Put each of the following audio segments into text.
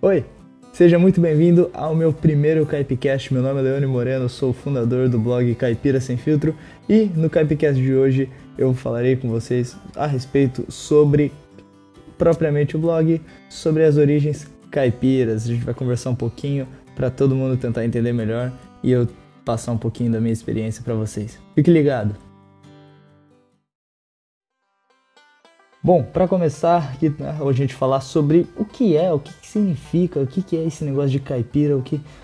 Oi, seja muito bem-vindo ao meu primeiro Caipcast. Meu nome é Leone Moreno, sou o fundador do blog Caipira Sem Filtro e no Caipcast de hoje eu falarei com vocês a respeito sobre propriamente o blog, sobre as origens caipiras. A gente vai conversar um pouquinho para todo mundo tentar entender melhor e eu passar um pouquinho da minha experiência para vocês. Fique ligado! Bom, para começar, aqui, hoje a gente falar sobre o que significa, o que é esse negócio de caipira,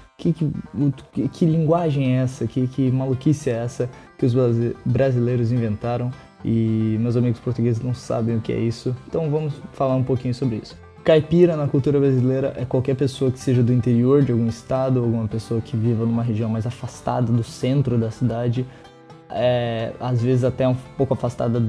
que linguagem é essa, que maluquice é essa que os brasileiros inventaram e meus amigos portugueses não sabem o que é isso, então vamos falar um pouquinho sobre isso. Caipira na cultura brasileira é qualquer pessoa que seja do interior de algum estado, alguma pessoa que viva numa região mais afastada do centro da cidade, às vezes até um pouco afastada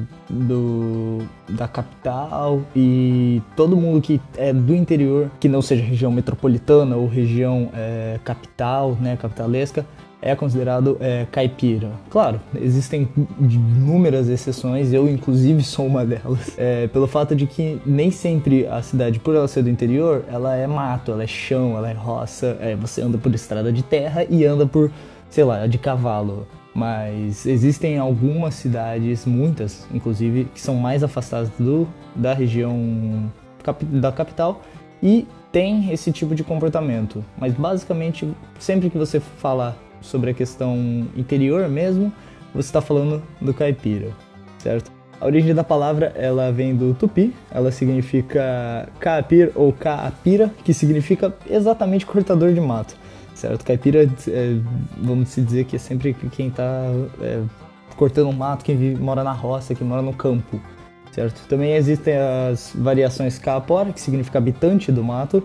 da capital, e todo mundo que é do interior, que não seja região metropolitana ou região capital, né, capitalesca, é considerado caipira. Claro, existem inúmeras exceções, eu inclusive sou uma delas, pelo fato de que nem sempre a cidade, por ela ser do interior, ela é mato, ela é chão, ela é roça, você anda por estrada de terra e anda por, sei lá, de cavalo. Mas existem algumas cidades, muitas inclusive, que são mais afastadas da região da capital e tem esse tipo de comportamento. Mas basicamente, sempre que você fala sobre a questão interior mesmo, você está falando do caipira, certo? A origem da palavra, ela vem do tupi, ela significa caapir ou caapira, que significa exatamente cortador de mato. Certo? Caipira, vamos dizer que é sempre quem está cortando um mato, quem mora na roça, quem mora no campo, certo? Também existem as variações caapora, que significa habitante do mato,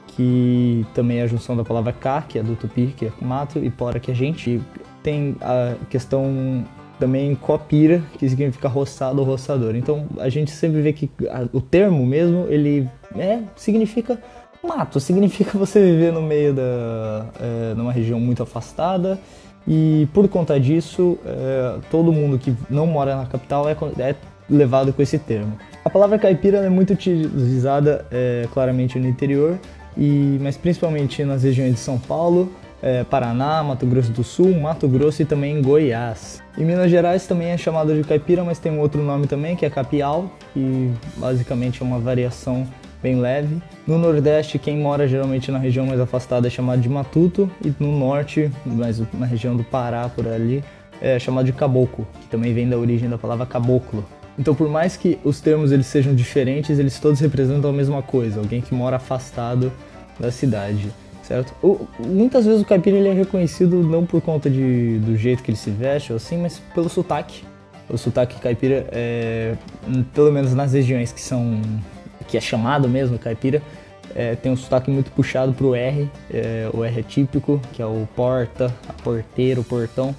que também é a junção da palavra ca, que é do tupi, que é mato, e pora, que é gente. E tem a questão também copira, que significa roçado ou roçador. Então a gente sempre vê que o termo mesmo, ele significa mato, significa você viver no meio numa região muito afastada, e por conta disso, todo mundo que não mora na capital é levado com esse termo. A palavra caipira é muito utilizada claramente no interior, mas principalmente nas regiões de São Paulo, Paraná, Mato Grosso do Sul, Mato Grosso e também Goiás. Em Minas Gerais também é chamado de caipira, mas tem um outro nome também, que é capial, que basicamente é uma variação bem leve. No Nordeste, quem mora geralmente na região mais afastada é chamado de matuto, e no Norte, mas na região do Pará, por ali, é chamado de caboclo, que também vem da origem da palavra caboclo. Então, por mais que os termos eles sejam diferentes, eles todos representam a mesma coisa, alguém que mora afastado da cidade, certo? Muitas vezes o caipira ele é reconhecido não por conta do jeito que ele se veste ou assim, mas pelo sotaque. O sotaque caipira, pelo menos nas regiões que é chamado mesmo caipira, tem um sotaque muito puxado pro R, o R é típico, que é o porta, a porteira, o portão.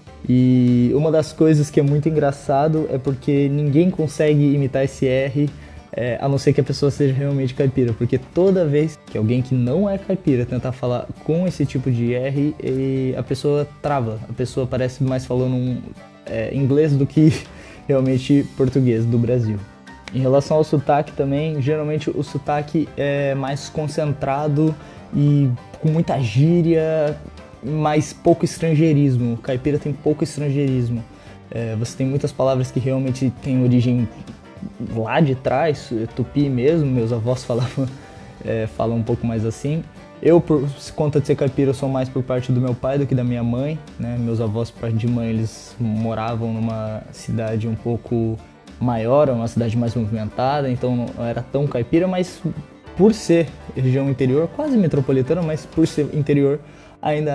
E uma das coisas que é muito engraçado é porque ninguém consegue imitar esse R, a não ser que a pessoa seja realmente caipira, porque toda vez que alguém que não é caipira tentar falar com esse tipo de R, a pessoa trava, a pessoa parece mais falando inglês do que realmente português do Brasil. Em relação ao sotaque também, geralmente o sotaque é mais concentrado e com muita gíria, mas pouco estrangeirismo. O caipira tem pouco estrangeirismo. Você tem muitas palavras que realmente têm origem lá de trás, tupi mesmo, meus avós falam um pouco mais assim. Eu, por conta de ser caipira, eu sou mais por parte do meu pai do que da minha mãe, né? Meus avós, por parte de mãe, eles moravam numa cidade um pouco maior, uma cidade mais movimentada, então não era tão caipira, mas por ser região interior, quase metropolitana, mas por ser interior, ainda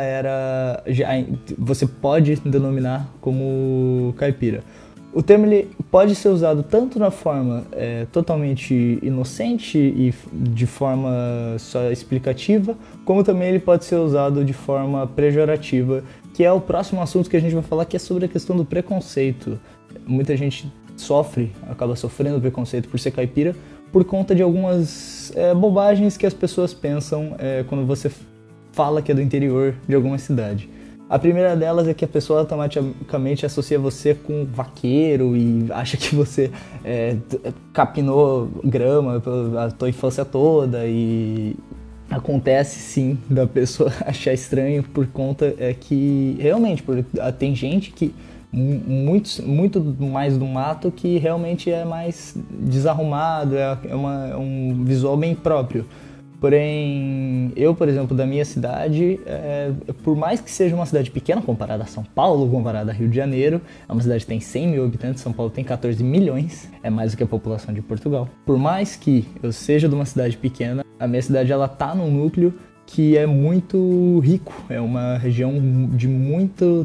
você pode denominar como caipira. O termo ele pode ser usado tanto na forma totalmente inocente e de forma só explicativa, como também ele pode ser usado de forma pejorativa, que é o próximo assunto que a gente vai falar, que é sobre a questão do preconceito. Muita gente acaba sofrendo preconceito por ser caipira, por conta de algumas bobagens que as pessoas pensam quando você fala que é do interior de alguma cidade. A primeira delas é que a pessoa automaticamente associa você com vaqueiro e acha que você capinou grama a tua infância toda e acontece sim da pessoa achar estranho por conta que realmente tem gente que muito mais do mato que realmente é mais desarrumado, é um visual bem próprio. Porém, eu, por exemplo, da minha cidade, por mais que seja uma cidade pequena comparada a São Paulo, comparada a Rio de Janeiro, é uma cidade que tem 100 mil habitantes, São Paulo tem 14 milhões, é mais do que a população de Portugal. Por mais que eu seja de uma cidade pequena, a minha cidade ela tá num núcleo que é muito rico, é uma região de muito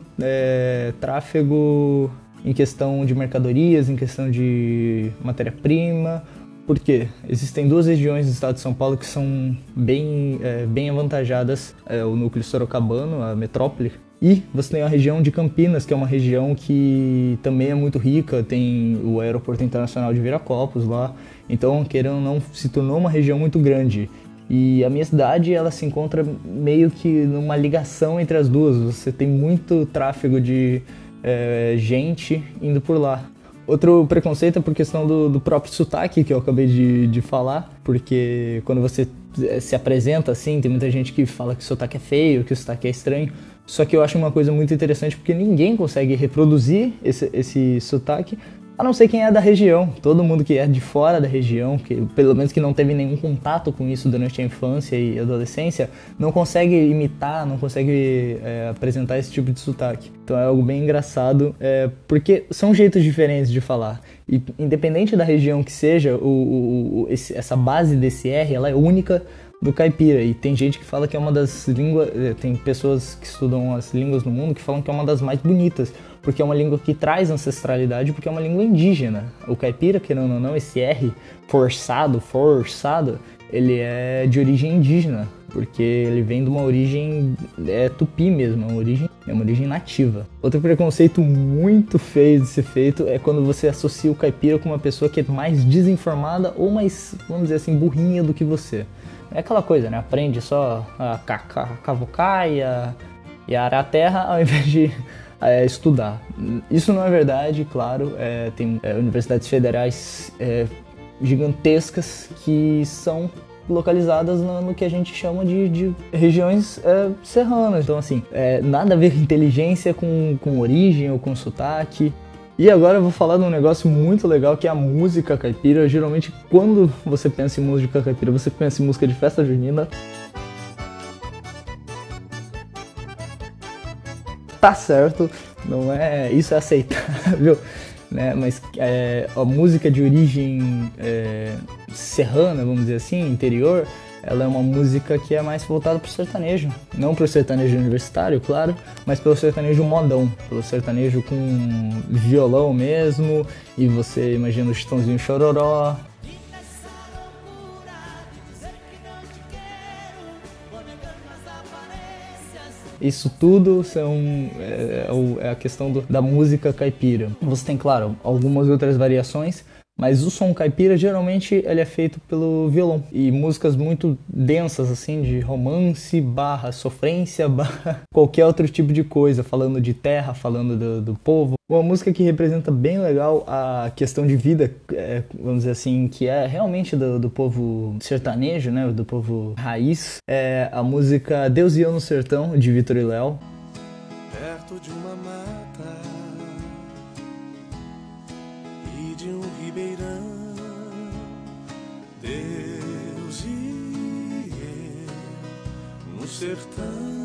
tráfego em questão de mercadorias, em questão de matéria-prima. Por quê? Existem duas regiões do estado de São Paulo que são bem avantajadas, o núcleo sorocabano, a metrópole, e você tem a região de Campinas, que é uma região que também é muito rica, tem o Aeroporto Internacional de Viracopos lá, então, querendo ou não, se tornou uma região muito grande. E a minha cidade, ela se encontra meio que numa ligação entre as duas, você tem muito tráfego de gente indo por lá. Outro preconceito é por questão do próprio sotaque que eu acabei de falar, porque quando você se apresenta assim, tem muita gente que fala que o sotaque é feio, que o sotaque é estranho, só que eu acho uma coisa muito interessante porque ninguém consegue reproduzir esse sotaque, a não ser quem é da região. Todo mundo que é de fora da região, que pelo menos que não teve nenhum contato com isso durante a infância e adolescência, não consegue imitar, não consegue apresentar esse tipo de sotaque. Então é algo bem engraçado, porque são jeitos diferentes de falar. E independente da região que seja, essa base desse R, ela é única do caipira, e tem gente que fala que é uma das línguas, tem pessoas que estudam as línguas no mundo que falam que é uma das mais bonitas, porque é uma língua que traz ancestralidade, porque é uma língua indígena. O caipira, querendo ou não, esse R forçado, ele é de origem indígena, porque ele vem de uma origem tupi mesmo, é uma origem nativa. Outro preconceito muito feio de ser feito é quando você associa o caipira com uma pessoa que é mais desinformada ou mais, vamos dizer assim, burrinha do que você. É aquela coisa, né? Aprende só a cavocar e a arar a terra ao invés de estudar. Isso não é verdade, claro. Tem universidades federais gigantescas que são localizadas no que a gente chama de regiões serranas. Então, assim, nada a ver com inteligência com origem ou com sotaque. E agora eu vou falar de um negócio muito legal que é a música caipira. Geralmente, quando você pensa em música caipira, você pensa em música de festa junina. Tá certo, não é, isso é aceitável, né? Mas a música de origem serrana, vamos dizer assim, interior, ela é uma música que é mais voltada pro sertanejo. Não pro sertanejo universitário, claro, mas pelo sertanejo modão, pelo sertanejo com violão mesmo, e você imagina o Chitãozinho Chororó. Isso tudo é a questão da música caipira. Você tem, claro, algumas outras variações, mas o som caipira geralmente ele é feito pelo violão. E músicas muito densas, assim, de romance, sofrência, qualquer outro tipo de coisa, falando de terra, falando do povo. Uma música que representa bem legal a questão de vida, vamos dizer assim, que é realmente do povo sertanejo, né, do povo raiz, é a música Deus e Eu no Sertão, de Vitor e Léo. Perto de uma mata e de um ribeirão, Deus e eu no sertão.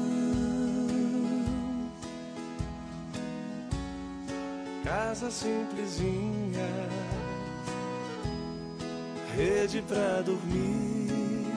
Casa simplesinha, rede pra dormir,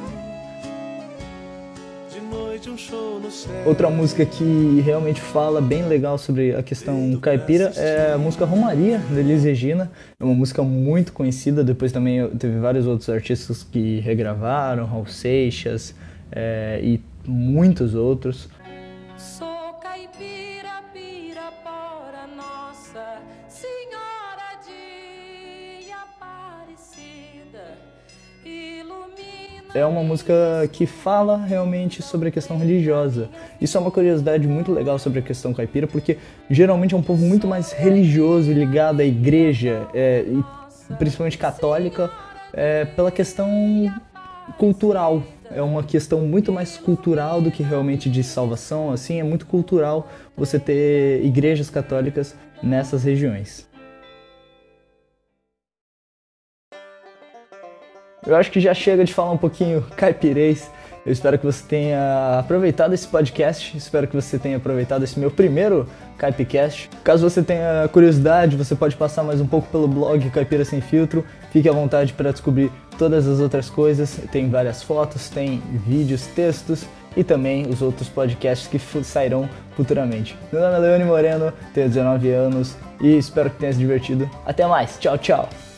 de noite um show no céu. Outra música que realmente fala bem legal sobre a questão caipira é a música Romaria, da Elis Regina. É uma música muito conhecida, depois também teve vários outros artistas que regravaram, Raul Seixas e muitos outros. Sou caipira, Pirapora, Nossa Senhora de Aparecida, ilumina. É uma música que fala realmente sobre a questão religiosa. Isso é uma curiosidade muito legal sobre a questão caipira, porque geralmente é um povo muito mais religioso, ligado à igreja, e principalmente católica, pela questão cultural. é uma questão muito mais cultural do que realmente de salvação, assim, é muito cultural você ter igrejas católicas nessas regiões. Eu acho que já chega de falar um pouquinho caipirês. Eu espero que você tenha aproveitado esse podcast, espero que você tenha aproveitado esse meu primeiro Caipcast. Caso você tenha curiosidade, você pode passar mais um pouco pelo blog Caipira Sem Filtro. Fique à vontade para descobrir todas as outras coisas. Tem várias fotos, tem vídeos, textos e também os outros podcasts que sairão futuramente. Meu nome é Leone Moreno, tenho 19 anos e espero que tenha se divertido. Até mais, tchau, tchau!